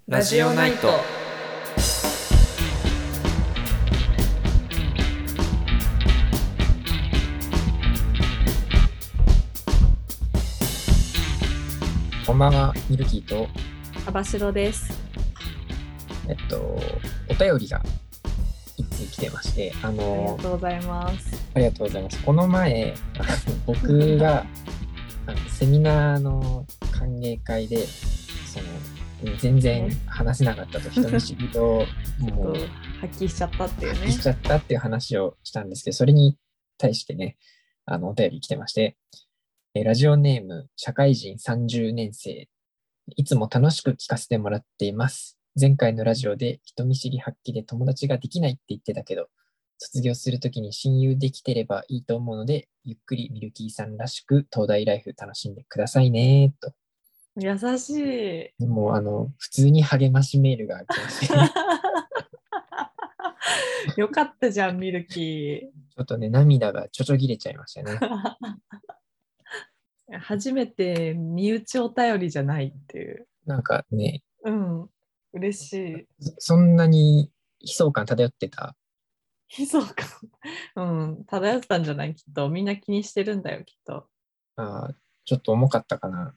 ラジオナイト。 こんばんは、ミルキーと、 幅城です。 お便りが一通来てまして、 ありがとうございます。 ありがとうございます。この前、僕がセミナーの歓迎会で、全然話せなかったと、人見知りと、 もう発揮しちゃったっていうね。 発揮しちゃったっていう話をしたんですけど、それに対してね、お便り来てまして、ラジオネーム、社会人30年生、いつも楽しく聞かせてもらっています。前回のラジオで人見知り発揮で友達ができないって言ってたけど、卒業するときに親友できてればいいと思うので、ゆっくりミルキーさんらしく東大ライフ楽しんでくださいねと。 優しい。 でも普通に励ましメールが来まして、ね、 よかったじゃん、ミルキー。 ちょっとね、涙がちょちょぎれちゃいましたね。 初めて身内お便りじゃないっていう。 なんかね、 嬉しい。 そんなに悲壮感漂ってた？ 悲壮感。漂ったんじゃない？きっと。みんな気にしてるんだよ、きっと。 ちょっと重かったかな。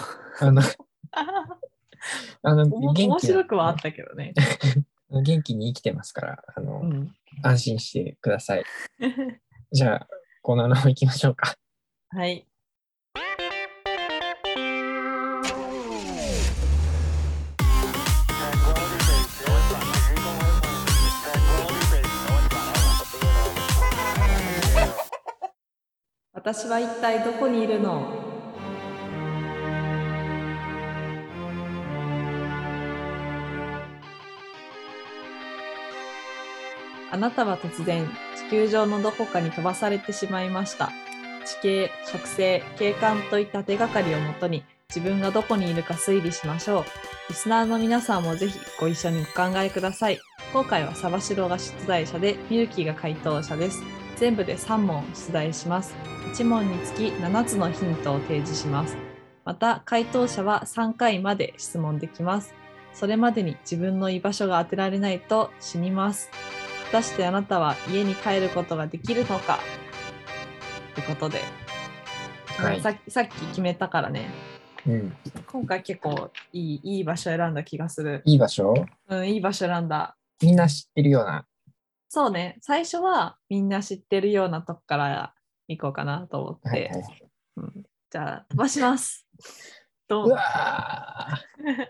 面白くはあったけどね。 元気に生きてますから、安心してください。じゃあ、コーナーの方行きましょうか。 はい。私は一体どこにいるの？あなたは突然、地球上のどこかに飛ばされてしまいました。地形、植生、景観といった手がかりをもとに自分がどこにいるか推理しましょう。リスナーの皆さんもぜひご一緒にお考えください。今回はサバシロが出題者でミルキーが回答者です。全部で3問出題します。1問につき7つのヒントを提示します。また、回答者は3回まで質問できます。それまでに自分の居場所が当てられないと死にます。果たしてあなたは家に帰ることができるのかということで、はい、さっき決めたからね、今回結構いい場所選んだ気がする。 いい場所？ いい場所選んだ。 みんな知ってるような。 そうね、最初はみんな知ってるようなとこから行こうかなと思って、じゃあ飛ばします。 うわ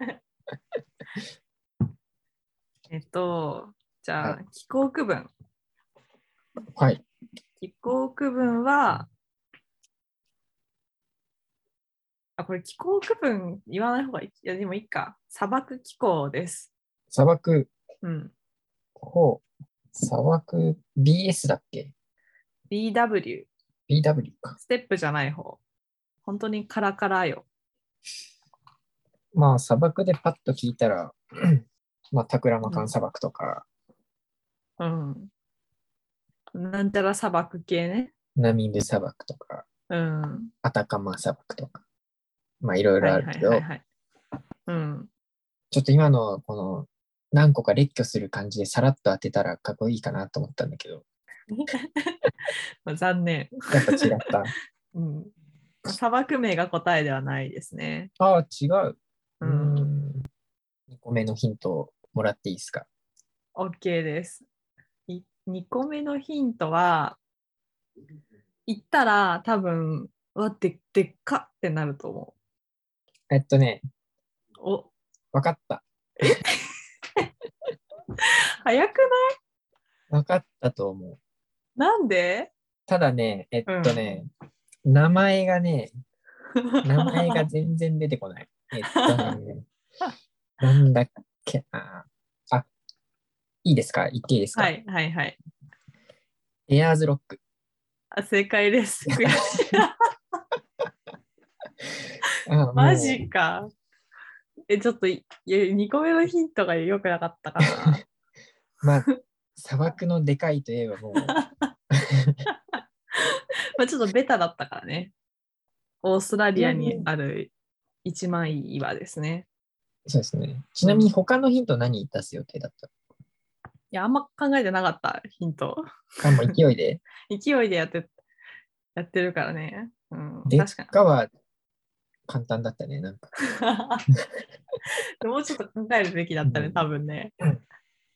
じゃあ、気候区分。 はい。 気候区分は、これ気候区分言わない方がいい。いや、でもいいか。砂漠気候です。 砂漠。砂漠 BS だっけ？ BW。 BW か。 ステップじゃない方。本当にカラカラよ。 まあ、砂漠でパッと聞いたら、まあ、タクラマカン砂漠とか。 なんちゃら砂漠系ね。 ナミブ砂漠とか。アタカマ砂漠とか。まあ、いろいろあるけど。ちょっと今のこの何個か列挙する感じでさらっと当てたらかっこいいかなと思ったんだけど。 残念。 やっぱ違った。 砂漠名が答えではないですね。 違う。2個目のヒントをもらっていいですか？ OK です。2個目のヒントは、言ったら多分、でっかってなると思う。わかった。 早くない？ わかったと思う。 なんで？ ただね、名前が全然出てこない。なんだっけな。いいですか？言っていいですか？ はい。 エアーズロック。 正解です。マジか。ちょっと2個目のヒントが良くなかったかな。 まあ、砂漠のでかいといえばもう。 まあちょっとベタだったからね。オーストラリアにある一枚岩ですね。 そうですね。ちなみに他のヒント何出す予定だった？ いや、あんま考えてなかった、ヒント。 あ、もう勢いで。 勢いでやってるからね。うん、 でっ確かに。 かは簡単だったね、なんか。 もうちょっと考えるべきだったね、多分ね。 うん。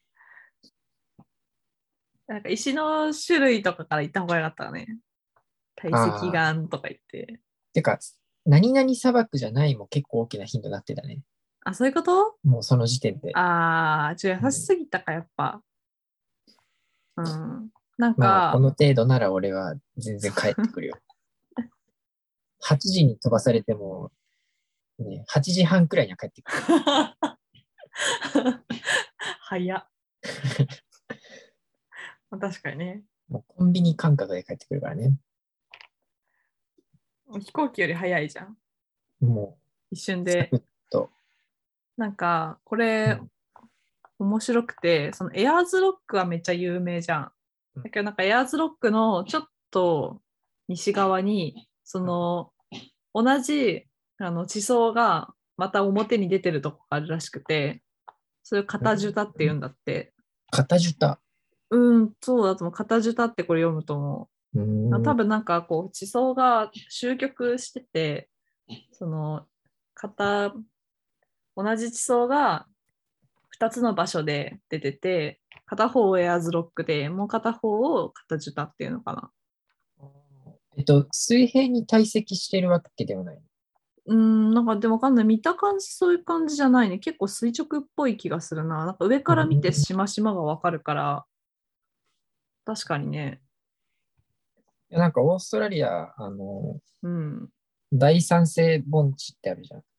なんか石の種類とかから言った方がよかったね。堆積ああ、 岩とか言って。 てか、何々砂漠じゃないも結構大きなヒントになってたね。 あ、そういうこと？ もうその時点で。 ああ、優しうん、 すぎたか、やっぱ。うん。なんまあ、こか、 の程度なら俺は全然帰ってくるよ。8時に飛ばされても、ね、8時半くらいには帰ってくる。 早っ。確かにね。 もうコンビニ感覚で帰ってくるからね。 飛行機より早いじゃん。 も一瞬う、サクで。 ッと。 なんか、これ、 うん。 面白くて、そのエアーズロックはめっちゃ有名じゃん。だけどなんかエアーズロックのちょっと西側に、その同じ地層がまた表に出てるとこがあるらしくて、それをカタジュタって言うんだって。 片ジュタ。 そうだと思う。カタジュタってこれ読むと思うう。 ーん。 多分なんかこう地層が集極してて、その片同じ地層が2つの場所で出てて、片方をエアーズロックで、もう片方をカタジュタっていうのかな。 水平に堆積してるわけではない。 なんかでもわかんない。見た感じそういう感じじゃないね。結構垂直っぽい気がするな。なんか上うから見てん。 しましまがわかるから、確かにね。 なんかオーストラリア、 うん。 第三世盆地ってあるじゃん。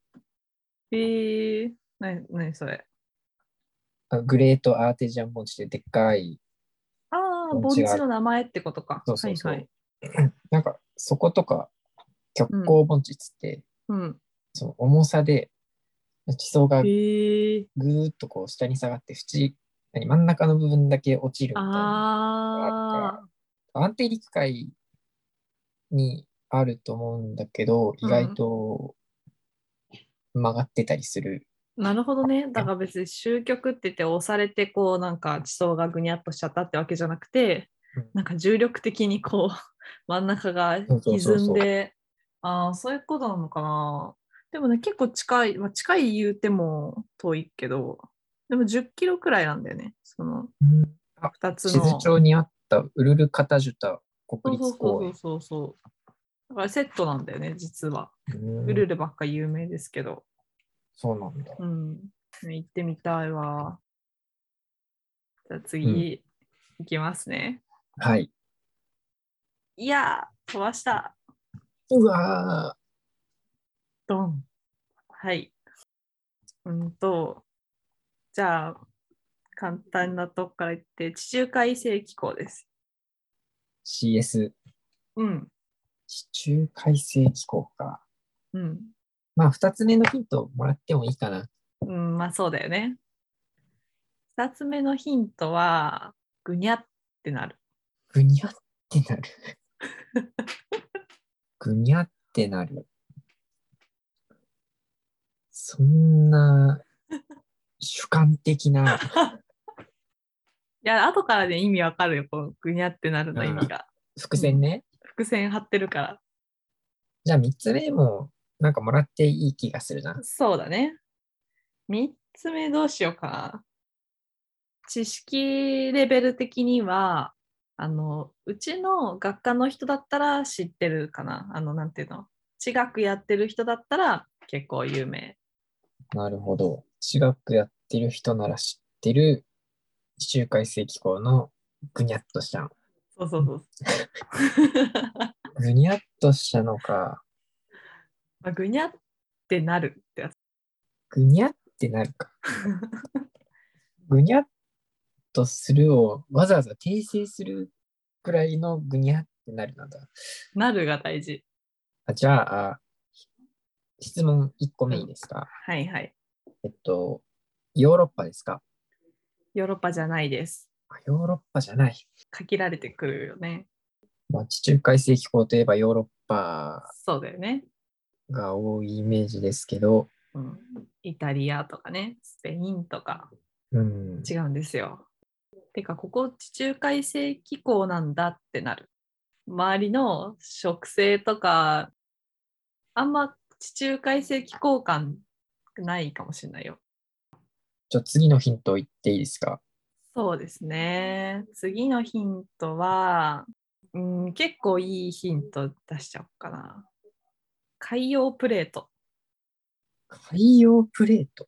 なにそれ。 グレートアーテジャン盆地ってでっかいああ、盆地盆地がある。 の名前ってことか。 そうはいはい。 そうそう。なんか、そことか、極うん。 光盆地っつって、 うん。 その重さで地層がへえ。 ぐーっとこう下に下がって、真ん中の部分だけ落ちるみたいなのがあるから、 あ安定陸塊にあると思うんだけど、 あ、 意外うん。 と曲がってたりする。 なるほどね。だから別に終局って言って押されてこうなんか地層がぐにゃっとしちゃったってわけじゃなくて、 うん。 なんか重力的にこう真ん中がそうそうそう歪んそう。 で、ああ、そういうことなのかな。でもね、結構近い、まあ、近い言うても遠いけど、でも10キロくらいなんだよね。そのうん。あ、 2つ地図の。 上にあったウルルカタジュタ国そうそうそう立公園。 そうそうそう。だからセットなんだよね、実は。 うん、 ウルルばっか有名ですけど。 そうなんだ。 うん。行ってみたいわ。じゃあうん。 次、行きますね。 はい。 いやー、飛ばした。 うわドン。はい。じゃあ、簡単なとこから言って、地中海性気候です。 ー、CS、 うん。 地中海性気候か。 うん。 まあ、二つ目のヒントもらってもいいかな。 うん、まあそうだよね。二つ目のヒントは、ぐにゃってなる。 ぐにゃってなる。ぐにゃってなる。そんな主観的な、 いや、後からね、意味わかるよ。このぐにゃってなるの意味あ、 が。 伏うん。 線ね。 伏線張ってるから。 じゃあ三つ目もなんかもらっていい気がするな。 そうだね。三つ目どうしようかな。知識レベル的には、うちの学科の人だったら知ってるかな。なんていうの。地学やってる人だったら結構有名。 なるほど。地学やってる人なら知ってる地中海性気候のぐにゃっとしたの。 そうそうそう。 ぐにゃっとしたのか。 まあ、ぐにゃってなるってやつ。 ぐにゃってなるか。ぐにゃっとするをわざわざ訂正するくらいのぐにゃってなるなんだ。 なるが大事。 じゃあ、質問1個目いいうん。 ですか？ はいはい。 えっと、ヨーロッパですか？ ヨーロッパじゃないです。 ヨーロッパじゃない。 限られてくるよね。 まあ、地中海性気候といえばヨーロッパそうだよね。 が多いイメージですけど、 イタリアとかね、スペインとかうん。 違うんですよ。てか、ここ地中海性気候なんだってなる。周りの植生とか、あんま地中海性気候感ないかもしれないよ。 次のヒント言っていいですか？ そうですね。次のヒントは、結構いいヒント出しちゃおうかな。海洋プレート。 海洋プレート。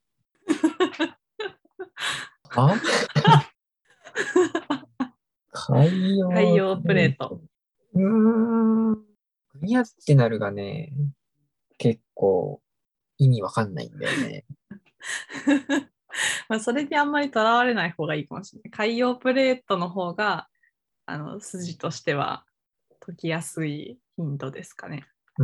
は海洋海洋プレート。 プレート。うーん。グニャってなるがね、結構意味わかんないんだよね。 まあそれにあんまりとらわれない方がいいかもしれない。海洋プレートの方が筋としては解きやすいヒントですかね。 うん。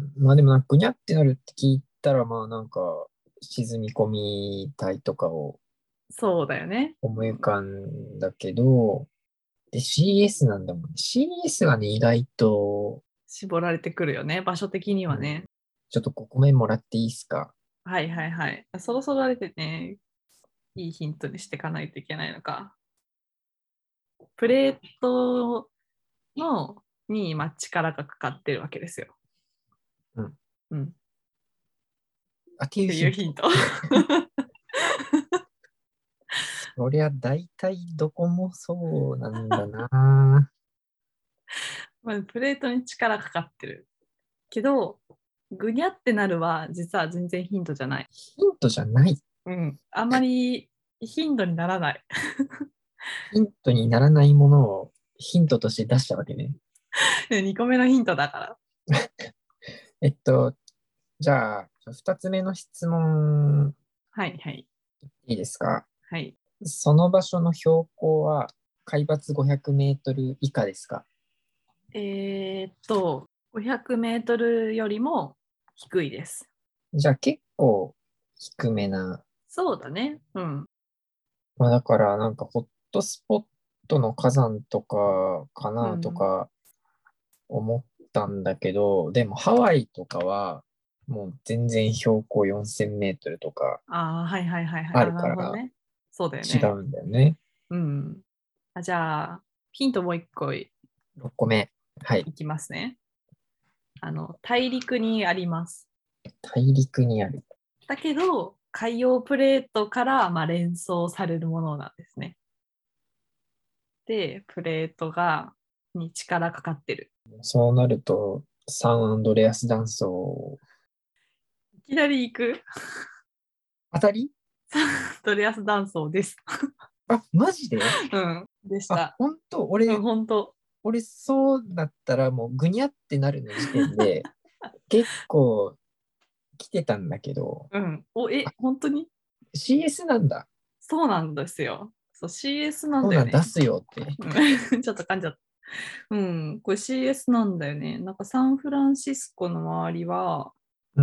まあでもなんかぐにゃってなるって聞いたら、まあなんか沈み込み体とかをそうだよね。 思い浮かんだけど、で CS なんだもんね。CS はね、意外と、 絞られてくるよね。場所的にはね。 うん、ちょっとここ面もらっていいですか？ はいはいはい。そろそろあれでね、いいヒントにしていかないといけないのか。プレートに力がかかってるわけですよ。 うん。 うん。っあ、っていうてヒント。 いうヒント。 そりゃ大体どこもそうなんだな。 まあプレートに力かかってる。けど、ぐにゃってなるは実は全然ヒントじゃない。 ヒントじゃない。 あんまりヒントにならない。 ヒントにならないものをヒントとして出したわけね。 2個目のヒントだから。 えっと、じゃあ、二つ目の質問はいはい。 いいですか？ はい。 その場所の標高は海抜500メートル以下ですか？ 500メートルよりも低いです。 じゃあ結構低めな。 そうだね。うん。 まあだからなんかホットスポットの火山とかかなとうん。 か思ったんだけど、でもハワイとかはもう全然標高4000メートルとかああ、はいはいはいはい。 ああ、なるからるほどね。そうだよ違ね。 うんだよね。 うん。じゃあ、ヒントもう一個い 6個目。はい。 きますね。大陸にあります。 大陸にある。 だけど、海洋プレートから、連想されるものなんですね。で、プレートに力かかってる。 そうなると、サンアンドレアス断層、 いきなり行く。 当たり？ サンドレアス断層です。 あ、マジで？ うん。でしあ、 た。 本当？ うん、本当。 俺そうだったらもうぐにゃってなるの時点で結構来てたんだけど、 うん。 あ、 本当に？ CS なんだ。 そうなんですよ。そう、CS なんそうなん出だよね。 すよって。 うんちょっと噛んじゃった。うん、これ CS なんだよね。なんかサンフランシスコの周りはうん。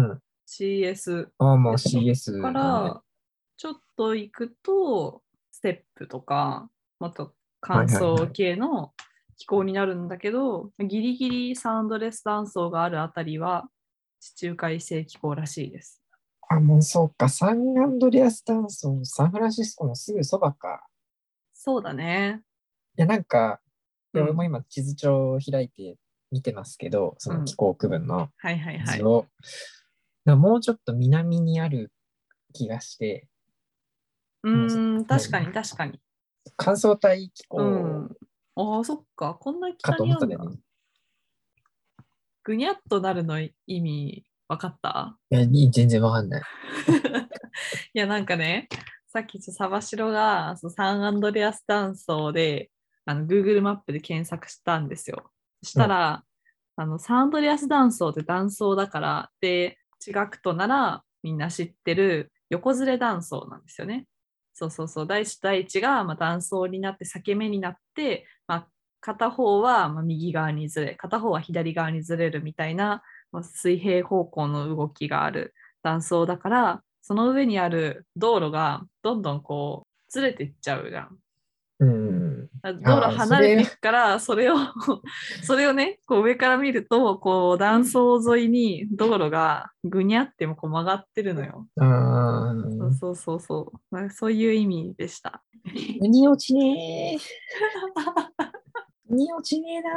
CS。 ああ、まあで、そっか CS なんだよ。 らちょっと行くと、ステップとか、もっと乾はいはいは燥い。 系の気候になるんだけど、ギリギリサンドレス断層があるあたりは地中海性気候らしいです。 あ、もうそうか。サンアンドレアス断層、サンフランシスコのすぐそばか。 そうだね。 いや、なんか、いや、俺もうん、 今地図帳を開いて見てますけど、そうん。 の気候区分のはいはいはい。 図を。もうちょっと南にある気がして、もう確かに確かに。 乾燥帯気う候ん。ああ、そっか。こんなかと北にあんだ。 思ったんだよね。 ぐにゃっとなるの意味分かった？ いや、全然わかんない。 いや、なんかね、さっきサバシロがサンアンドレアス断層でGoogle マップで検索したんですよ。そしうん。 たら、サンアンドレアス断層って断層だから、で、地学とならみんな知ってる横ずれ断層なんですよね。そうそうそう、大地と大地が断層になって裂け目になって、片方は右側にずれ、片方は左側にずれるみたいな、水平方向の動きがある断層だから、その上にある道路がどんどんこうずれていっちゃうじゃん。 う道路離れていそくから、それをね、こう上から見ると、こう断層沿いに道路がぐにゃってもこう曲がってるのよ。そうそうそう。なんかそういう意味でした。 腑に落ちねえ。腑に落ちねえな。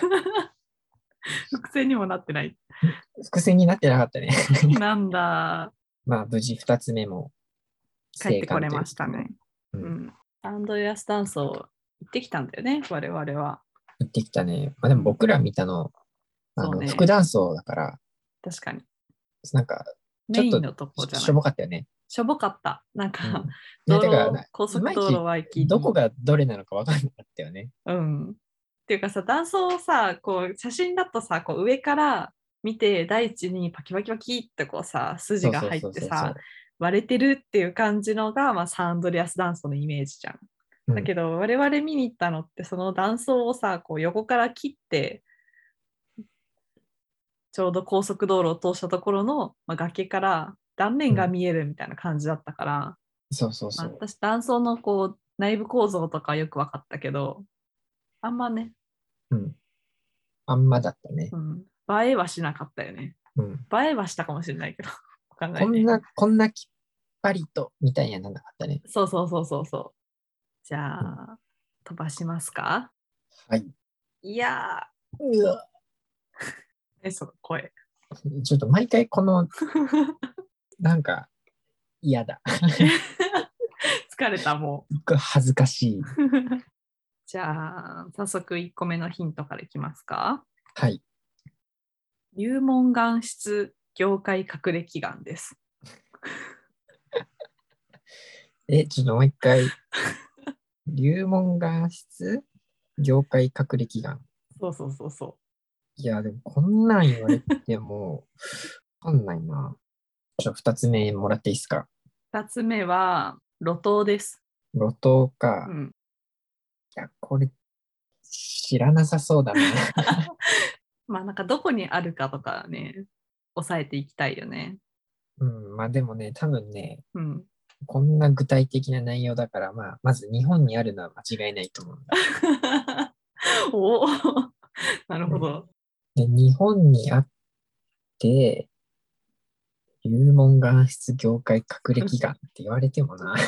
伏線にもなってない。 伏線になってなかったね。 なんだ。 まあ、無事2つ目も帰ってこれ生還というましたね。 ううんん。アンドレアス・ダンソー行ってきたんだよね、我々は。 言ってきたね。まあ、でも僕ら見たの、 そうね。 副断層だから、 確かに。 なんか、ちょっとメインのとこじゃない。 しょぼかったよね。 しょぼかった。なんか、 うん。ね、てか、 高いまいち速道路はどこがどれなのか分かんなかったよね。 うん。っていうかさ、断層をさ、こう、写真だとさ、こう上から見て、大地にパキパキパキってこうさ、筋が入ってさ、割れてるっていう感じのが、まあ、サンドリアス断層のイメージじゃん。 うん、 だけど、我々見に行ったのって、その断層をさ、こう横から切って、ちょうど高速道路を通したところの、まあ、崖から断面が見えるみたいな感じだったから、 そうそうまあ、 そう。 私断層のこう内部構造とかよく分かったけど、あんまね、 うん。あんまだったね。 うん、映えはしなかったよね。 うん。 映えはしたかもしれないけど、わかんないね。 こんなきっぱりと、みたいにはなんなかったね。 そうそうそうそうそう。じゃうん、 あ、飛ばしますか？ はい。 いやうわ、 その声。 ちょっと毎回この、なんか、嫌だ。 疲れた、も恥ずかしい。 う。じゃあ、早速1個目のヒントからいきますか。 はい。 流門岩質業界隠れ祈願です。 ちょっともう一回、流門岩質業界隠れ祈願。 そうそうそうそいや、でもこんなん言われても、わかんないな。二つ目もらっていいですか？ う。2つ目は、路頭です。 路頭か。 うん。 いや、これ、知らなさそうだな。 まあなんかどこにあるかとかね、押さえていきたいよね。 うん、まあでもね、多分ね、 うん。 こんな具体的な内容だから、まあ、まず日本にあるのは間違いないと思うんだ。 おお、なるほね、 ど。 で、日本にあって、流門岩質業界隠れ祈願って言われてもな、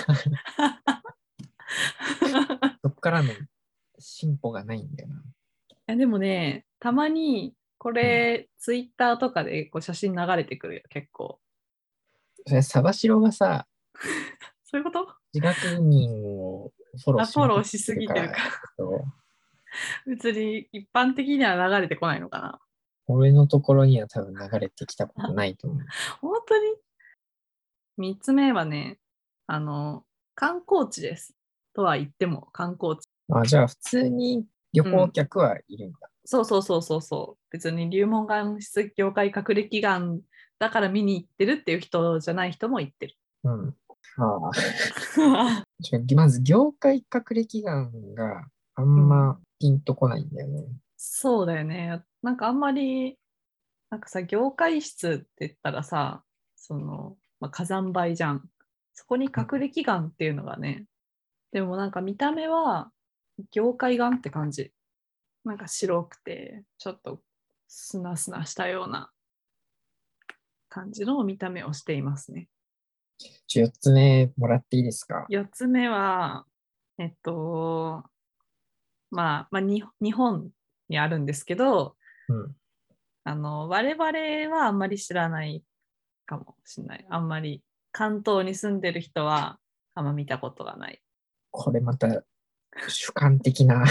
そっからの進歩がないんだよな。 でもね、たまにこうん。 れ、ツイッターとかでこう写真流れてくるよ、結構。 それ、サバシロがさ、 そういうこと？ 自学人をフォローあ、 しまくっフォローしすてるから、 ぎてるか。 そう別に一般的には流れてこないのかな。 俺のところには多分流れてきたことないと思う。 本当に？ 3 つ目はね、観光地です。とは言っても観光地。 あ、じゃあ普通に旅行うん。 客はいるんだ。 そうそうそうそうそう。別に流門岩質業界隠れ祈願だから見に行ってるっていう人じゃない人も行ってる。 うん。はあ。まず業界隠れ祈願があんうん、 まピンとこないんだよね。 そうだよね。なんかあんまり、なんかさ、業界質って言ったらさ、まあ、火山灰じゃん。そこに隠れ祈願っていうのがね、でもなんか見た目は業界岩って感じ。なんか白くて、ちょっとスナスナしたような感じの見た目をしていますね。 4つ目もらっていいですか？ 4つ目は、えっと、まあ、日本にあるんですけど、 うん。 我々はあんまり知らないかもしれない。あんまり関東に住んでる人はあんま見たことがない。 これまた主観的な。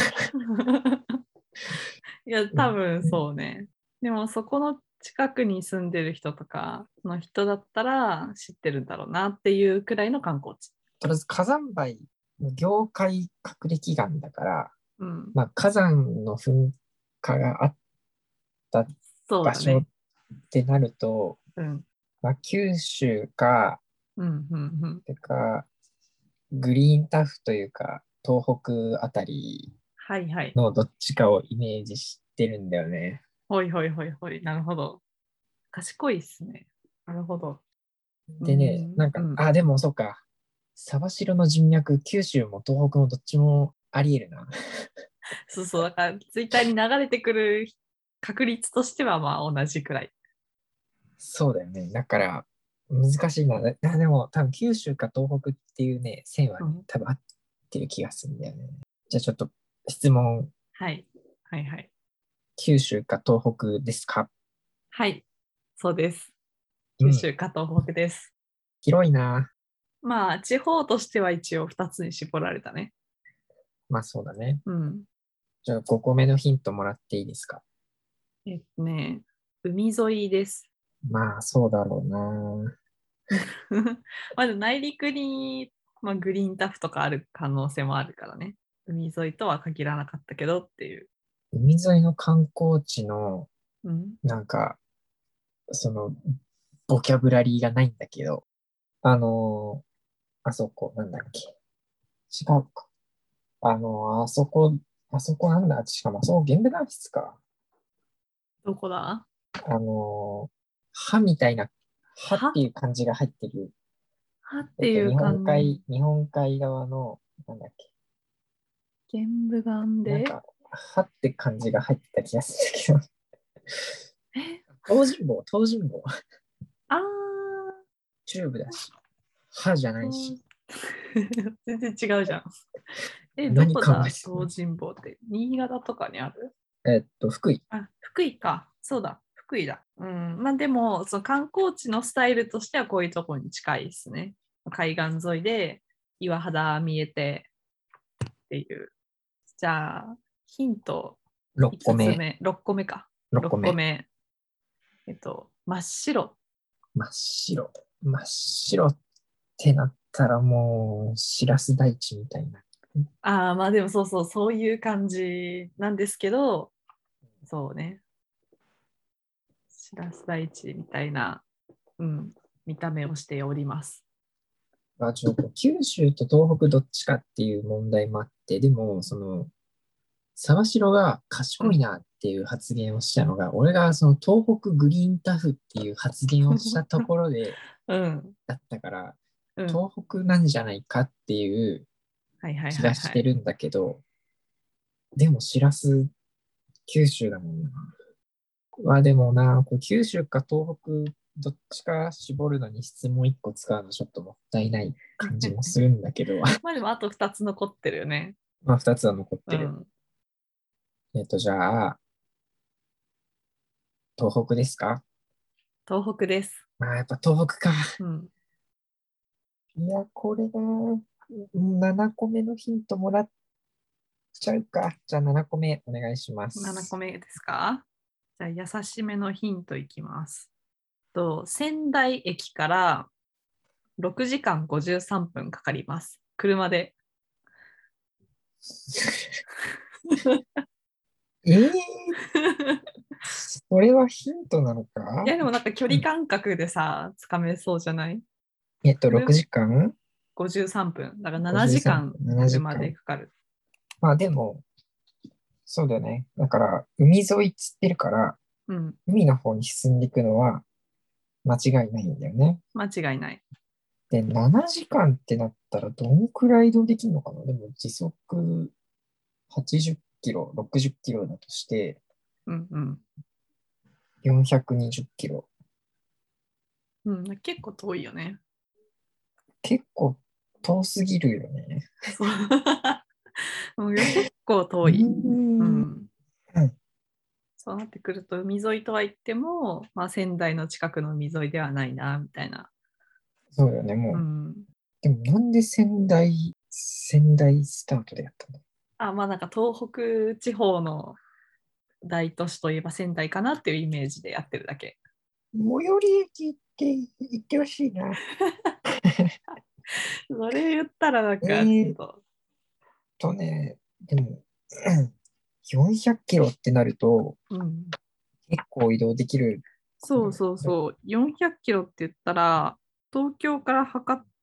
いや、多分そうね。でもそこの近くに住んでる人とかの人だったら知ってるんだろうなっていうくらいの観光地。 とりあえず火山灰の業界隠れ祈願だから、 うん。 まあ火山の噴火があった場所っそうだね。 てなると、 うん。 まあ、九州か、 うん、うん、うん。 てか、グリーンタフというか、東北あたりはいはい。 のどっちかをイメージしてるんだよね。 ほいほいほいほい。なるほど。賢いっすね。なるほど。うでね、 ん、うん。 でもそうか、サバシロの人脈、九州も東北もどっちもありえるな。 そうそう、だからツイッターに流れてくる確率としてはまあ同じくらい。 そうだよね。だから、難しいな。でも、多分九州か東北っていうね、線はね、 うん、 多分合ってる気がするんだよね。じゃあちょっと質問、 はい。はいはい。 九州か東北ですか？ はい。そうです。九うん。 州か東北です。 広いな。 まあ、地方としては一応2つに絞られたね。 まあそうだね。 うん。 じゃあ5個目のヒントもらっていいですか？ えっとね、海沿いです。 まあそうだろうな。 まず内陸に、まあ、グリーンタフとかある可能性もあるからね。海沿いとは限らなかったけどっていう。 海沿いの観光地の、 うん。 なんか、その、ボキャブラリーがないんだけど、あそこ、なんだっけ。違うか。あそこなんだ。しかも、あそこ、玄武岩質か。 どこだ？ 歯みたいな、歯ってはいう漢字が入ってる。 はっていう感日本海側の、なんだっけ。 じ。玄武岩で。 なんか、歯って漢字が入ってた気がするけど。 え、 東尋坊。 あー、 チューブだし。歯じゃないし。 そう全然違うじゃん。ど何こ考えてたの？ だ東尋坊って？新潟とかにある？ 福井。 あ、福井か。そうだ、福井だ。うん。まあでも、その観光地のスタイルとしてはこういうところに近いですね。海岸沿いで岩肌見えてっていう。じゃあ、ヒント 6個 5つ目。 目、6個目か。 6個 6個目。 目。真っ白。 真っ白。真っ白ってなったらもう、しらす大地みたいな。 ああ、まあでもそうそう、そういう感じなんですけど、そうね。しらす大地みたいな、うん、見た目をしております。 まあ、九州と東北どっちかっていう問題もあって、でも、沢城がうん。 賢いなっていう発言をしたのが、俺がその東北グリーンタフっていう発言をしたところで、 うん。 だったから、 うん。 東北なんじゃないかっていうはいはい気がはいはい。 してるんだけど、でもしらす九州だもんな。まあでもな、これ九州か東北、どっちか絞るのに質問1個使うのちょっともったいない感じもするんだけど、 まあでもあと2つ残ってるよね。 まあ2つは残ってる。 うん。 じゃあ、東北ですか？ 東北です。 まあやっぱ東北か。 うん。 いや、これな、7個目のヒントもらっちゃうか。じゃあ7個目お願いしま 7個す。 目ですか？じゃあ優しめのヒントいきます。仙台駅から6時間53分かかります。車で。 それはヒントなのか？ いやでもなんか距離感覚でさ、つかめそうじゃない？ 6 車時間 53分。だから7 ?53 分、 時間 7 車時間。 でかかる。 まあでも、そうだね。だから、海沿いっつってるから、 うん。 海の方に進んでいくのは間違いないんだよね。 間違いない。 で、7時間ってなったらどんくらい移動できるのかな？でも時速80キロ、60キロだとしてうんうん。 420キロ。 うん、結構遠いよね。 結構遠すぎるよね。 そう。結構うー遠い。うん。 ん。そうなってくると、海沿いとは言っても、まあ、仙台の近くの海沿いではないな、みたいな。 そうよね、もう。 うん。 でもなんで仙台スタートでやったの？ あ、まあなんか東北地方の大都市といえば仙台かなっていうイメージでやってるだけ。 最寄り駅って言ってほしいな。 それ言ったらなんえかちょっーっと、 でも、400キロってなると、 うん。 結構移動できるかそうら、 そうそう。400キロって言ったら、東京から測って、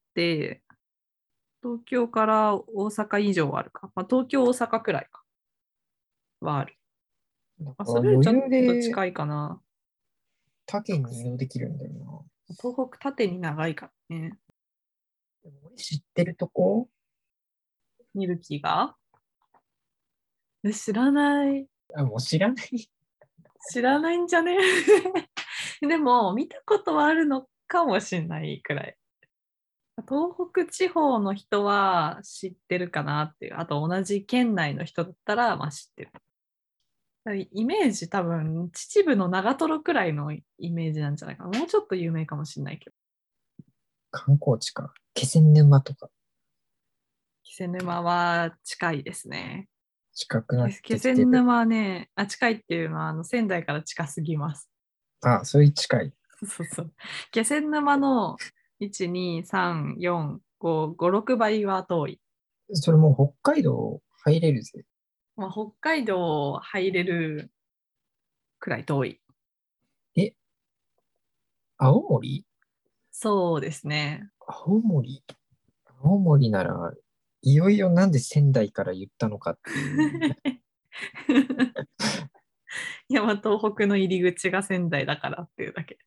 東京から大阪以上あるか。まあ、東京、大阪くらいか。はある。あ、 だからそれよりちょっ余裕でと近いかな。 他県に移動できるんだよな。 東北縦に長いからね。 でも俺知ってるとこ、 ミルキーが。 知らない。 あ、もう知らない。 知らないんじゃねでも、見たことはあるのかもしれないくらい。東北地方の人は知ってるかなっていう。あと同じ県内の人だったら、まあ知ってる。イメージ多分、秩父の長瀞くらいのイメージなんじゃないかな。もうちょっと有名かもしれないけど。 観光地か。気仙沼とか気仙沼は近いですね。 近くなっ気てきてる。 仙沼はね、近いっていうのは仙台から近すぎます。 あ、そういう近い。 そうそう。気仙沼の1、2、3、4、5、5、6倍は遠い。 それもう北海道入れるぜ。 まあ、北海道入れるくらい遠い。 え、青森そうですね。 青森青森なら、いよいよなんで仙台から言ったのかっていう。 いや、まあ、東北の入り口が仙台だからっていうだけ。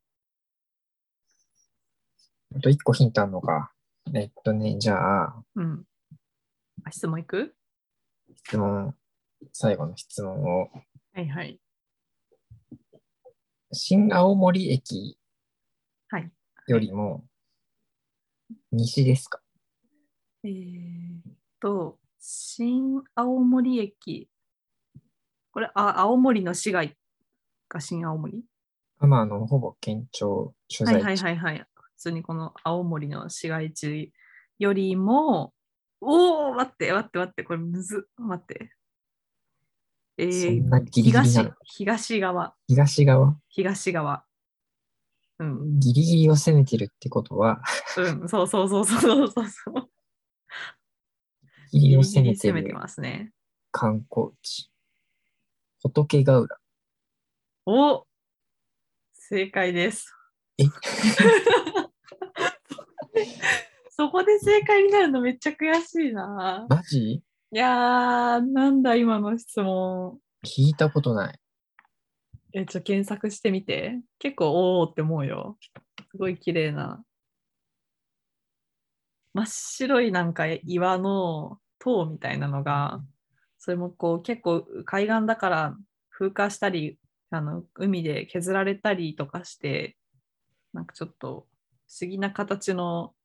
あと一個ヒントあるのか。じゃあ、 うん。質問いく？ 質問、最後の質問を。 はいはい。 新青森駅はい。はい。 よりも西ですか？ 新青森駅。これ、青森の市街が新青森？ まあ、ほぼ県庁所はいはい在地。 はいはい。普通にこの青森の市街地よりも、おー、待って待って待って、これむずっ。待って。 そんなギリギリなのか。 東側。 東側東側。うん。 ギリギリを攻めてるってことは、 うん。そうそうそうそうそうそう。 ギリギリを攻ギリギリめてる攻めてますね。 観光地。仏ヶ浦。 お、正解です。 え、 そこで正解になるのめっちゃ悔しいな。 マジいやー、なんだ今の質問。 聞いたことない。 検索してみて。結構、おーって思うよ。すごい綺麗な。真っ白いなんか岩の塔みたいなのが、それもこう結構海岸だから風化したり、海で削られたりとかして、なんかちょっと不思議な形の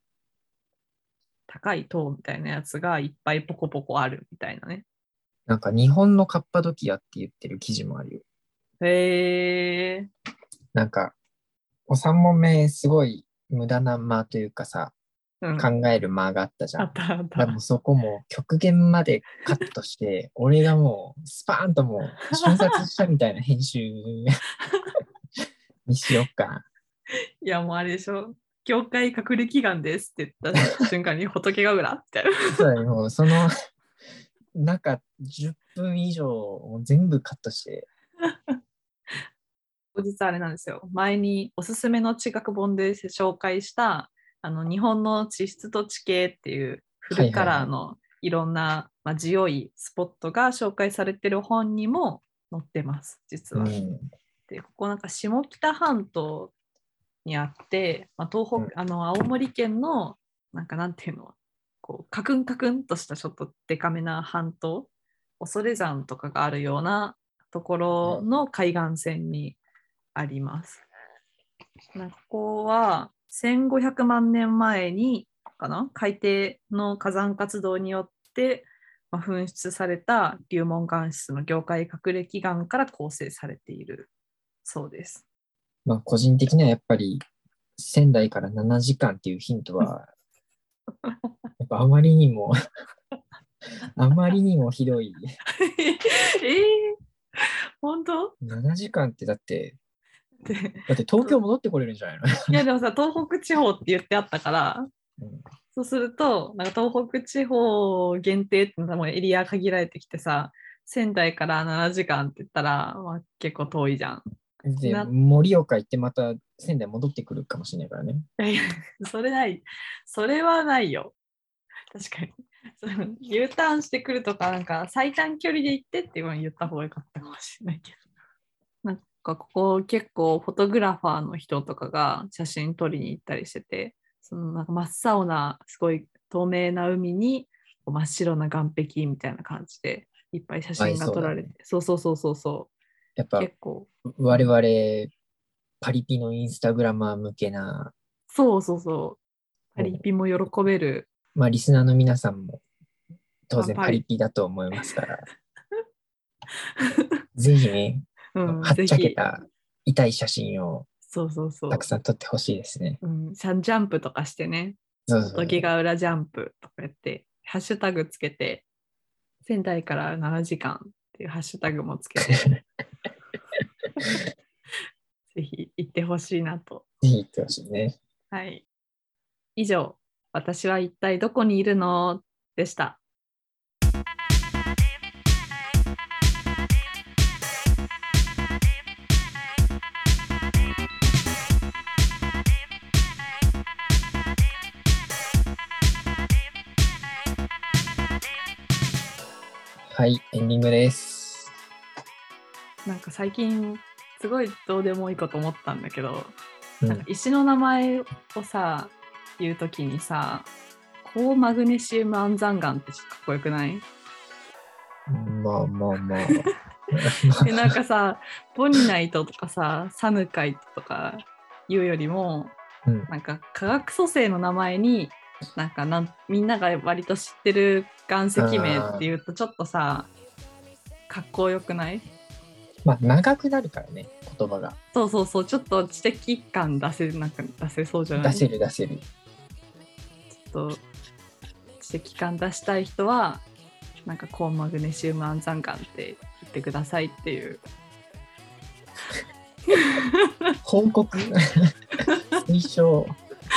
高い塔みたいなやつがいっぱいポコポコあるみたいなね。 なんか日本のカッパドキアって言ってる記事もあるよ。 へえ。 なんか、お三問目すごい無駄な間というかさ、 うん。 考える間があったじゃん。 あったあった。 だからもうそこも極限までカットして、俺がもうスパーンともう瞬殺したみたいな編集にしよっかな。 いやもうあれでしょ。教会隠れ祈願ですって言った瞬間に仏が裏みたいな。 そうだね、もうその中10分以上もう全部カットして、 実はあれなんですよ。前におすすめの地学本で紹介した日本の地質と地形っていうフルカはいはいはい。 ラーのいろんな、地良いスポットが紹介されてる本にも載ってます、実は。 うん。 で、ここなんか下北半島にあって、東うん北、青森県のなんかなんていうの、こうカクンカクンとしたちょっとデカめな半島、恐山とかがあるようなところの海岸線にあります。ここは1500万年前にかな海底の火山活動によって、噴出された流紋岩質の凝灰隠れ奇岩から構成されているそうです。 まあ個人的にはやっぱり仙台から7時間っていうヒントは、やっぱあまりにもあまりにもひどい。 本当 7時間ってだって、 でだって東京戻ってこれるんじゃないの？ いやでもさ、東北地方って言ってあったから、 うん、 そうすると、なんか東北地方限定ってのはもうエリア限られてきてさ、仙台から7時間って言ったら、結構遠いじゃん。 で、盛岡行ってまた仙台戻ってくるかもしれないからね。 いやいや、それない。それはないよ。確かに。U ターンしてくるとか、なんか最短距離で行ってっていうのを言った方がよかったかもしれないけど。なんかここ結構フォトグラファーの人とかが写真撮りに行ったりしてて、そのなんか真っ青なすごい透明な海に真っ白な岸壁みたいな感じでいっぱい写真が撮られて、そうやっぱ結構我々パリピのインスタグラマー向けな、 パリピも喜べる、 まあリスナーの皆さんも当然まあパリピだと思いますから、ぜひね、はっちゃけた痛い写真をたくさん撮ってほしいですね。 ジャンプとかしてね、時ヶ浦ジャンプとかやって、ハッシュタグつけて、仙台から7時間っていうハッシュタグもつけて、ぜひ行ってほしいなと。 ぜひ行ってほしいね。 はい。以上、私は一体どこにいるのでした。 はい、エンディングです。 なんか最近すごいどうでもいいこと思ったんだけど、なんか石の名前をさ言うときにさ、高マグネシウム安山岩ってちょっとかっこよくない？ まあまあまあ。 なんかさ、ボニナイトとかさ、サヌカイトとか言うよりも、なんか化学組成の名前にみんなが割と知ってる岩石名っていうとちょっとさ、かっこよくない？ まあ長くなるからね、言葉が。 そう、ちょっと知的感出せそうじゃない？ 出せる。 ちょっと知的感出したい人はなんか高マグネシウム安山岩って言ってくださいっていう報告推奨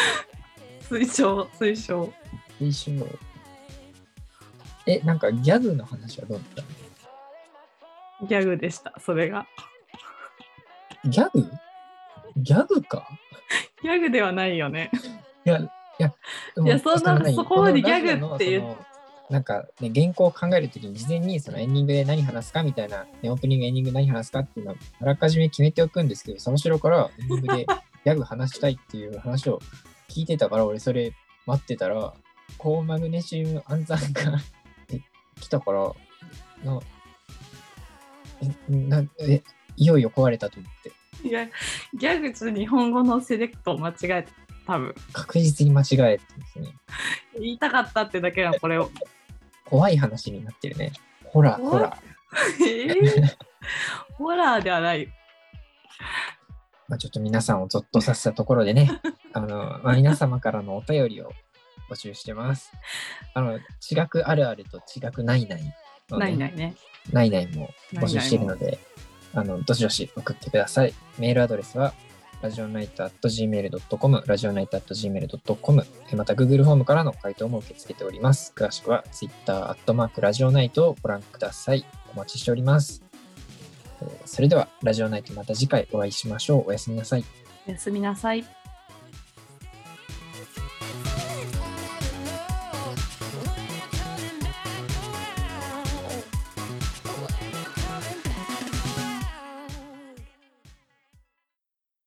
なんかギャグの話はどうだったの？ギャグでした、それが。 ギャグか？ ギャグではないよね。 いやそこまでギャグっていうなんかね、原稿を考えるときに事前にそのエンディングで何話すかみたいな、ね、オープニングエンディング何話すかっていうのをあらかじめ決めておくんですけど、その後ろからエンディングでギャグ話したいっていう話を聞いてたから、俺それ待ってたら高マグネシウム安山岩って来たから、いよいよ壊れたと思って。 いや、ギャグと日本語のセレクトを間違えた、多分。 確実に間違えてですね。 言いたかったってだけはこれを。 怖い話になってるね。ホラー。 ホラーではない。 まあ、ちょっと皆さんをゾッとさせたところでね、皆様からのお便りを募集してます。地学あるあると地学ないないのね。ないないも募集しているので、どしどし送ってください。メールアドレスはradionight@gmail.com、radionight@gmail.com、また Google フォームからの回答も受け付けております。詳しくは Twitter @radionight をご覧ください。お待ちしております。それではラジオナイトまた次回お会いしましょう。おやすみなさい。 おやすみなさい。